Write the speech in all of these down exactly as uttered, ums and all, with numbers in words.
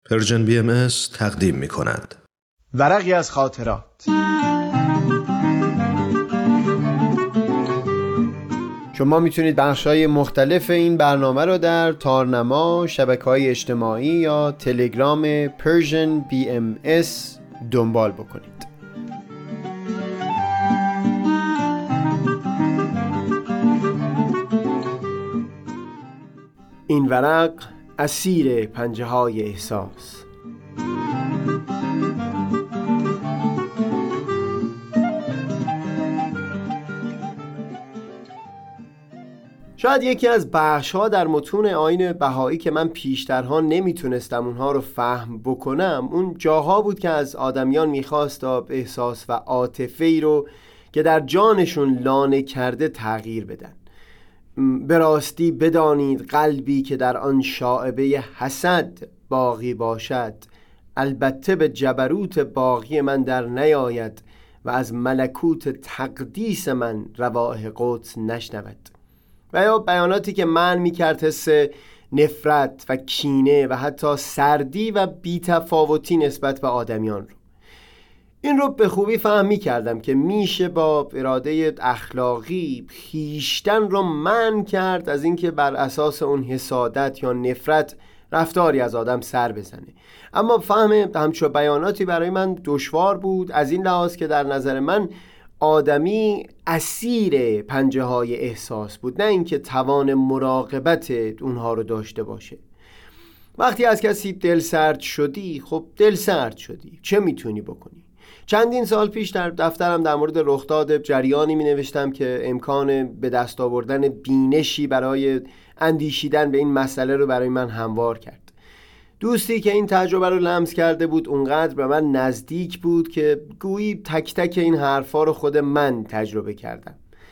پرژن بی ام اس تقدیم می کند. ورقی از خاطرات. شما میتونید بخش‌های مختلف این برنامه رو در تارنما، شبکه‌های اجتماعی یا تلگرام پرژن بی ام اس دنبال بکنید. این ورق اسیر پنجه‌های احساس. شاید یکی از بخش‌ها در متون آیین بهایی که من پیشترها نمیتونستم اونها رو فهم بکنم اون جاها بود که از آدمیان میخواست تا احساس و عاطفه‌ای رو که در جانشون لانه کرده تغییر بدن. به راستی بدانید قلبی که در آن شائبه حسد باقی باشد، البته به جبروت باقی من در نیاید و از ملکوت تقدیس من روائح قدس نشنود. و یا بیاناتی که من میکرد حس نفرت و کینه و حتی سردی و بی‌تفاوتی نسبت به آدمیان رو. این رو به خوبی فهم میکردم که میشه با اراده اخلاقی خویشتن رو منع کرد از اینکه بر اساس اون حسادت یا نفرت رفتاری از آدم سر بزنه. اما فهم همچون بیاناتی برای من دشوار بود، از این لحاظ که در نظر من آدمی اسیر پنجه های احساس بود، نه اینکه توان مراقبت اونها رو داشته باشه. وقتی از کسی دل سرد شدی، خب دل سرد شدی، چه میتونی بکنی؟ چندین سال پیش در دفترم در مورد رخداد جریانی می نوشتم که امکان به دست آوردن بینشی برای اندیشیدن به این مسئله رو برای من هموار کرد. دوستی که این تجربه رو لمس کرده بود اونقدر به من نزدیک بود که گویی تک تک این حرفا رو خود من تجربه کردم.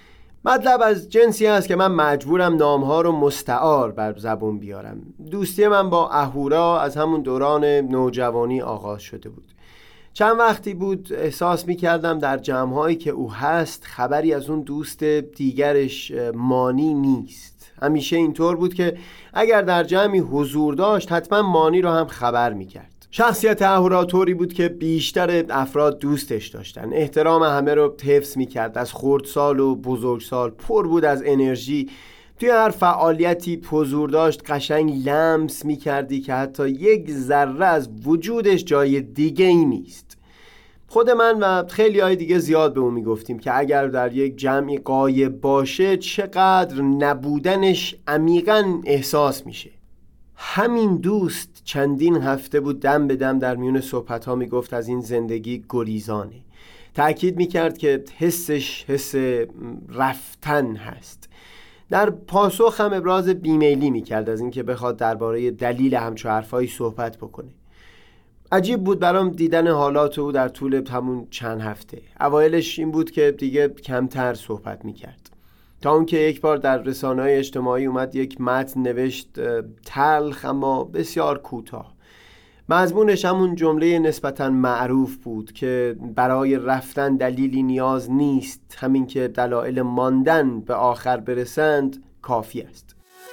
مطلب از جنسی است که من مجبورم نامها رو مستعار بر زبون بیارم. دوستی من با اهورا از همون دوران نوجوانی آغاز شده بود. چند وقتی بود احساس می کردم در جمعهایی که او هست خبری از اون دوست دیگرش مانی نیست. همیشه اینطور بود که اگر در جمعی حضور داشت حتما مانی رو هم خبر می کرد. شخصیت اهورا طوری بود که بیشتر افراد دوستش داشتن، احترام همه رو حفظ می کرد، از خردسال و بزرگسال پر بود از انرژی. توی هر فعالیتی حضور داشت قشنگ لمس می کردی که حتی یک ذره از وجودش جای دیگه ای نیست. خود من و خیلی های دیگه زیاد به اون می گفتیم که اگر در یک جمعی غایب باشه چقدر نبودنش عمیقاً احساس میشه. همین دوست چندین هفته بود دم به دم در میون صحبت ها می گفت از این زندگی گریزانه. تأکید می کرد که حسش حس رفتن هست. در پاسخ هم ابراز بیمیلی می کرد از اینکه بخواد درباره دلیل همچو حرفایی صحبت بکنه. عجیب بود برام دیدن حالات او در طول همون چند هفته. اوایلش این بود که دیگه کمتر صحبت می کرد، تا اون که یک بار در رسانه‌های اجتماعی اومد یک متن نوشت تلخ اما بسیار کوتاه. مضمونش همون جمله نسبتاً معروف بود که برای رفتن دلیلی نیاز نیست، همین که دلایل ماندن به آخر برسند کافی است.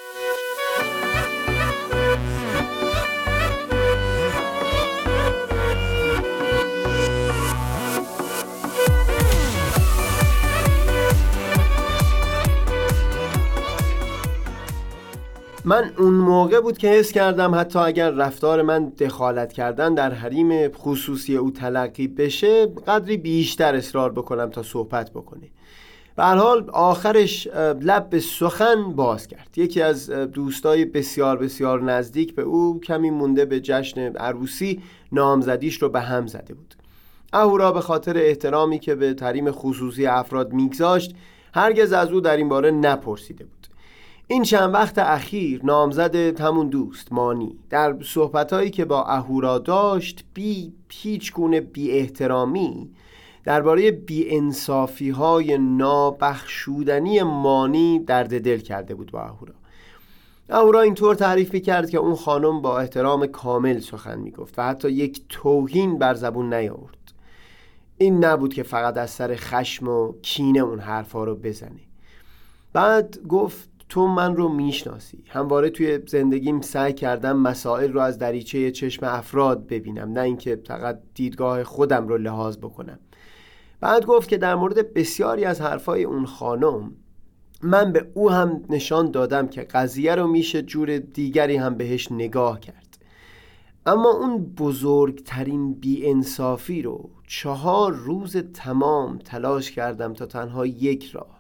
من اون موقع بود که حس کردم حتی اگر رفتار من دخالت کردن در حریم خصوصی او تلقی بشه قدری بیشتر اصرار بکنم تا صحبت بکنه. به هر حال آخرش لب به سخن باز کرد. یکی از دوستای بسیار بسیار نزدیک به او کمی مونده به جشن عروسی نامزدیش رو به هم زده بود. اهورا به خاطر احترامی که به حریم خصوصی افراد میگذاشت هرگز از او در این باره نپرسیده بود. این چند وقت اخیر نامزد همون دوست مانی در صحبتایی که با اهورا داشت بی هیچ گونه بی احترامی درباره بی انصافی های نابخشودنی مانی درد دل کرده بود با اهورا. اهورا اینطور تعریف می‌کرد که اون خانم با احترام کامل سخن میگفت و حتی یک توهین بر زبون نیاورد. این نبود که فقط از سر خشم و کینه اون حرفا رو بزنه. بعد گفت تو من رو میشناسی. همواره توی زندگیم سعی کردم مسائل رو از دریچه چشم افراد ببینم، نه اینکه فقط دیدگاه خودم رو لحاظ بکنم. بعد گفت که در مورد بسیاری از حرفای اون خانم من به او هم نشان دادم که قضیه رو میشه جور دیگری هم بهش نگاه کرد، اما اون بزرگترین بی‌انصافی رو چهار روز تمام تلاش کردم تا تنها یک راه،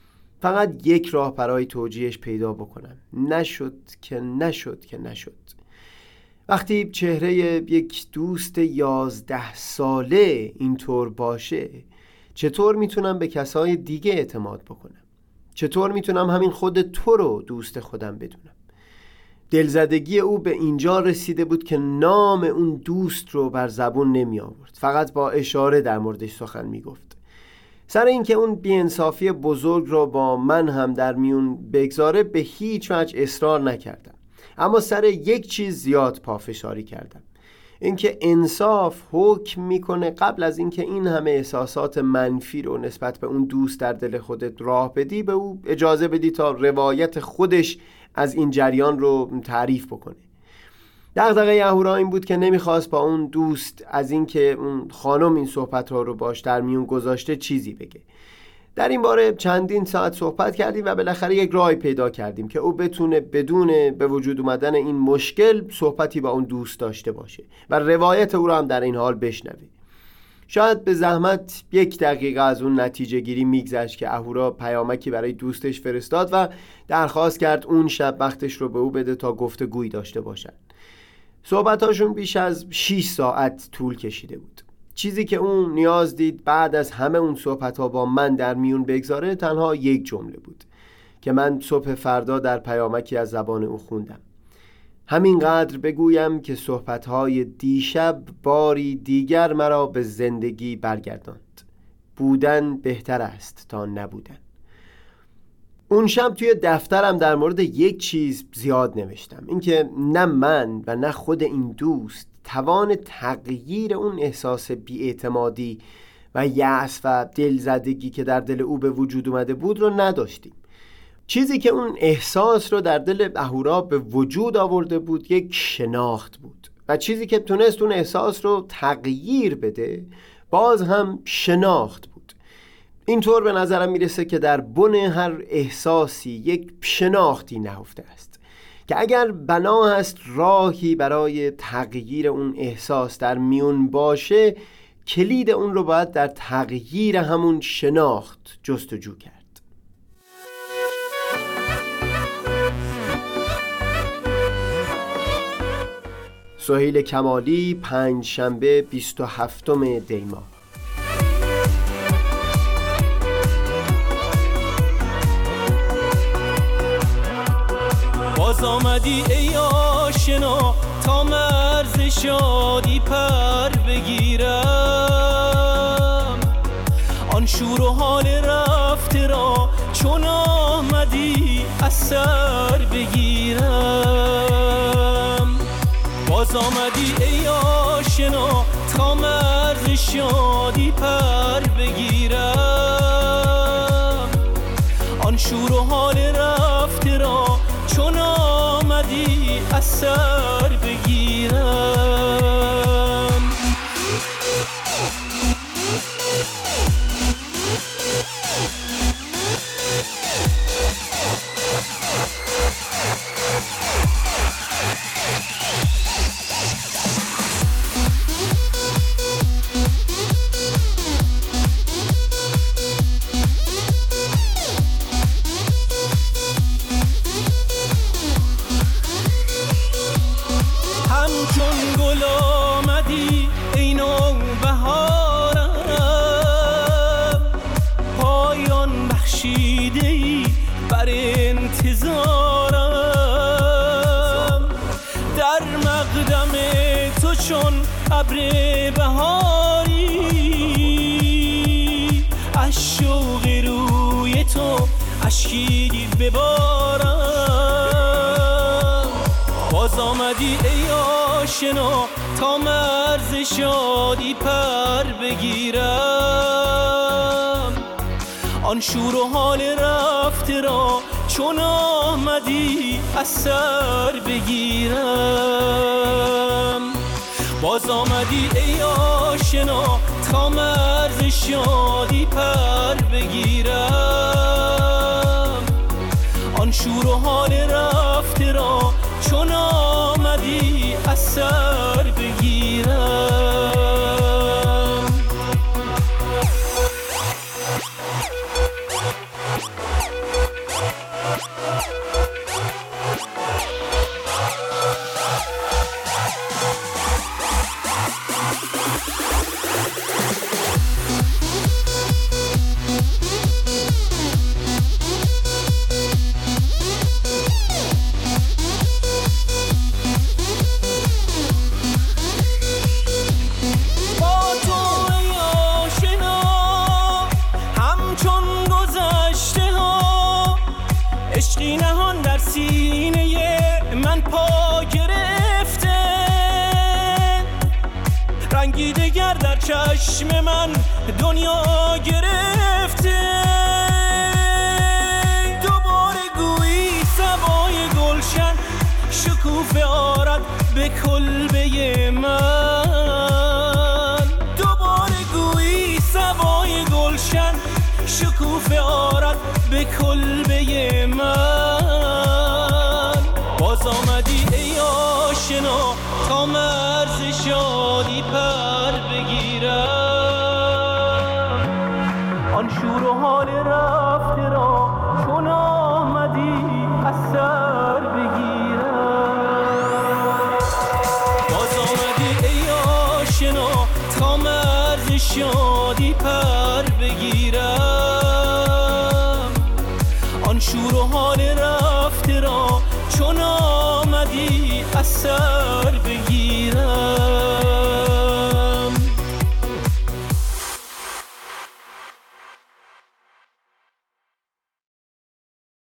فقط یک راه برای توجیهش پیدا بکنم. نشد که نشد که نشد. وقتی چهره یک دوست یازده ساله اینطور باشه، چطور میتونم به کسای دیگه اعتماد بکنم؟ چطور میتونم همین خود تو رو دوست خودم بدونم؟ دلزدگی او به اینجا رسیده بود که نام اون دوست رو بر زبون نمی آورد، فقط با اشاره در موردش سخن می گفت. سر اینکه اون بی‌انصافی بزرگ رو با من هم در میون بگذاره به هیچ وجه اصرار نکردم، اما سر یک چیز زیاد پافشاری کردم، اینکه انصاف حکم میکنه قبل از اینکه این همه احساسات منفی رو نسبت به اون دوست در دل خودت راه بدی، به او اجازه بدی تا روایت خودش از این جریان رو تعریف بکنه. دغدغه اهورا این بود که نمیخواست با اون دوست از اینکه اون خانم این صحبت ها رو باش در میون گذاشته چیزی بگه. در این باره چندین ساعت صحبت کردیم و بالاخره یک راهی پیدا کردیم که او بتونه بدون به وجود اومدن این مشکل صحبتی با اون دوست داشته باشه و روایت او رو هم در این حال بشنوه. شاید به زحمت یک دقیقه از اون نتیجه گیری میگذشت که اهورا پیامکی برای دوستش فرستاد و درخواست کرد اون شب وقتش رو به او بده تا گفتگویی داشته باشن. صحبتاشون بیش از شش ساعت طول کشیده بود. چیزی که اون نیاز دید بعد از همه اون صحبت‌ها با من در میون بگذاره تنها یک جمله بود که من صبح فردا در پیامکی از زبان او خوندم. همینقدر بگویم که صحبت‌های دیشب باری دیگر مرا به زندگی برگرداند. بودن بهتر است تا نبودن. اون شب توی دفترم در مورد یک چیز زیاد نوشتم، اینکه نه من و نه خود این دوست توان تغییر اون احساس بی‌اعتمادی و یأس و دلزدگی که در دل او به وجود اومده بود رو نداشتیم. چیزی که اون احساس رو در دل اهورا به وجود آورده بود یک شناخت بود و چیزی که تونست اون احساس رو تغییر بده باز هم شناخت بود. اینطور به نظرم میرسه که در بن هر احساسی یک شناختی نهفته است که اگر بنا هست راهی برای تغییر اون احساس در میون باشه، کلید اون رو باید در تغییر همون شناخت جستجو کرد. سهیل کمالی، پنج شنبه بیست و هفتم دی ماه. باز آمدی ای آشنا تا مرز شادی پر بگیرم، آن شور و حال رفته را چون آمدی از سر بگیرم. باز آمدی ای آشنا تا مرز شادی پر بگیرم، آن شور و حال رفته را چون آمدی از سر بگیرم. چون ابر بهاری از شوق روی تو اشکی ببارم. باز آمدی ای آشنا تا مرز شادی پر بگیرم، آن شور و حال رفته را چون آمدی از سر بگیرم. باز آمدی ای آشنا تا مرز شادی پر بگیرم. آن شور و حال رفته را چون آمدی از سر بگیرم. عشقی نهان در سینه من پا گرفته، رنگی دگر در چشم من دنیا گرفته. دوباره گویی صبای گلشن شکوفه آرد به کلبه من. دوباره گویی صبای گلشن شکوفه آرد به کلبه من. باز آمدی ای آشنا تا مرز شادی پر بگیرم. آن شور و حال رفته را چون آمدی از سر بگیرم. باز آمدی ای آشنا تا مرز شادی پر بگیرم. آن شور و حال رفته را چون آمدی از سر